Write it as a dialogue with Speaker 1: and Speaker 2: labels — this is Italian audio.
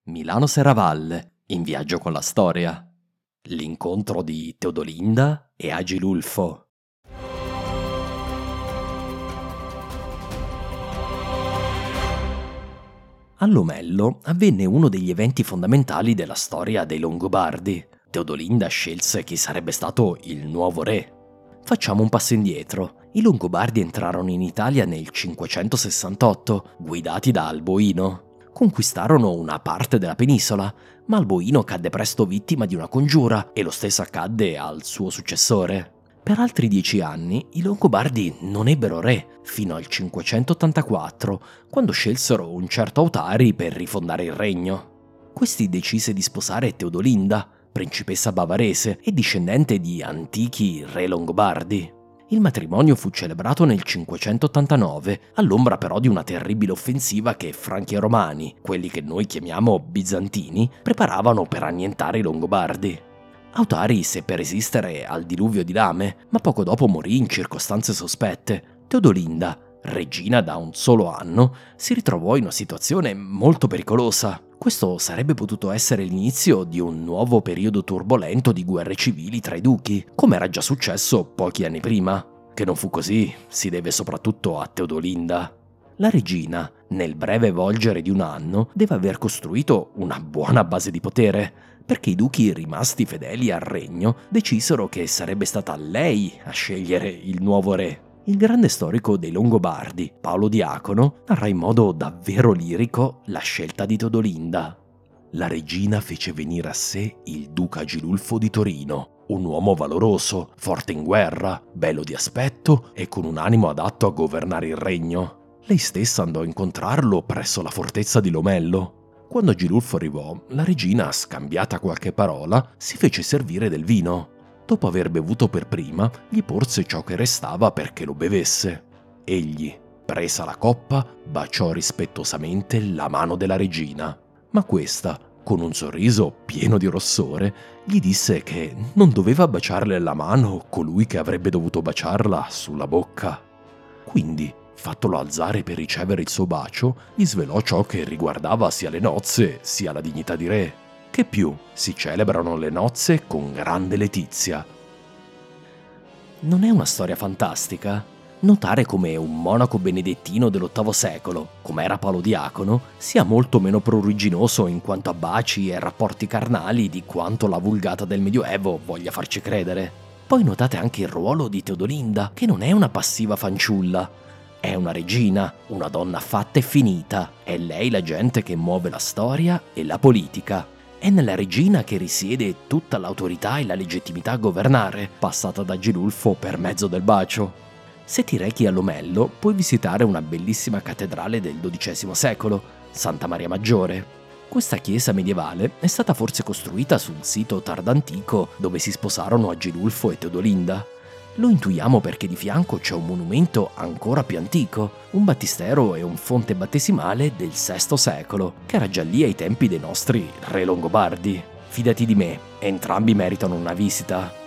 Speaker 1: Milano Serravalle, in viaggio con la storia. L'incontro di Teodolinda e Agilulfo. A Lomello avvenne uno degli eventi fondamentali della storia dei Longobardi. Teodolinda scelse chi sarebbe stato il nuovo re. Facciamo un passo indietro. I Longobardi entrarono in Italia nel 568, guidati da Alboino. Conquistarono una parte della penisola, ma Alboino cadde presto vittima di una congiura e lo stesso accadde al suo successore. Per altri 10 anni i Longobardi non ebbero re, fino al 584, quando scelsero un certo Autari per rifondare il regno. Questi decise di sposare Teodolinda, principessa bavarese e discendente di antichi re Longobardi. Il matrimonio fu celebrato nel 589, all'ombra però di una terribile offensiva che Franchi e Romani, quelli che noi chiamiamo bizantini, preparavano per annientare i Longobardi. Autari seppe resistere al diluvio di lame, ma poco dopo morì in circostanze sospette. Teodolinda, regina da un solo anno, si ritrovò in una situazione molto pericolosa. Questo sarebbe potuto essere l'inizio di un nuovo periodo turbolento di guerre civili tra i duchi, come era già successo pochi anni prima. Che non fu così, si deve soprattutto a Teodolinda. La regina, nel breve volgere di un anno, deve aver costruito una buona base di potere, perché i duchi rimasti fedeli al regno decisero che sarebbe stata lei a scegliere il nuovo re. Il grande storico dei Longobardi, Paolo Diacono, narra in modo davvero lirico la scelta di Teodolinda. La regina fece venire a sé il duca Agilulfo di Torino, un uomo valoroso, forte in guerra, bello di aspetto e con un animo adatto a governare il regno. Lei stessa andò a incontrarlo presso la fortezza di Lomello. Quando Agilulfo arrivò, la regina, scambiata qualche parola, si fece servire del vino. Dopo aver bevuto per prima, gli porse ciò che restava perché lo bevesse. Egli, presa la coppa, baciò rispettosamente la mano della regina, ma questa, con un sorriso pieno di rossore, gli disse che non doveva baciarle la mano colui che avrebbe dovuto baciarla sulla bocca. Quindi, fattolo alzare per ricevere il suo bacio, gli svelò ciò che riguardava sia le nozze sia la dignità di re. Che più, si celebrano le nozze con grande letizia. Non è una storia fantastica? Notare come un monaco benedettino dell'VIII secolo, come era Paolo Diacono, sia molto meno pruriginoso in quanto a baci e rapporti carnali di quanto la vulgata del Medioevo voglia farci credere. Poi notate anche il ruolo di Teodolinda, che non è una passiva fanciulla. È una regina, una donna fatta e finita. È lei la gente che muove la storia e la politica. È nella regina che risiede tutta l'autorità e la legittimità a governare, passata da Agilulfo per mezzo del bacio. Se ti rechi a Lomello, puoi visitare una bellissima cattedrale del XII secolo, Santa Maria Maggiore. Questa chiesa medievale è stata forse costruita su un sito tardantico dove si sposarono Agilulfo e Teodolinda. Lo intuiamo perché di fianco c'è un monumento ancora più antico, un battistero e un fonte battesimale del VI secolo, che era già lì ai tempi dei nostri re Longobardi. Fidati di me, entrambi meritano una visita.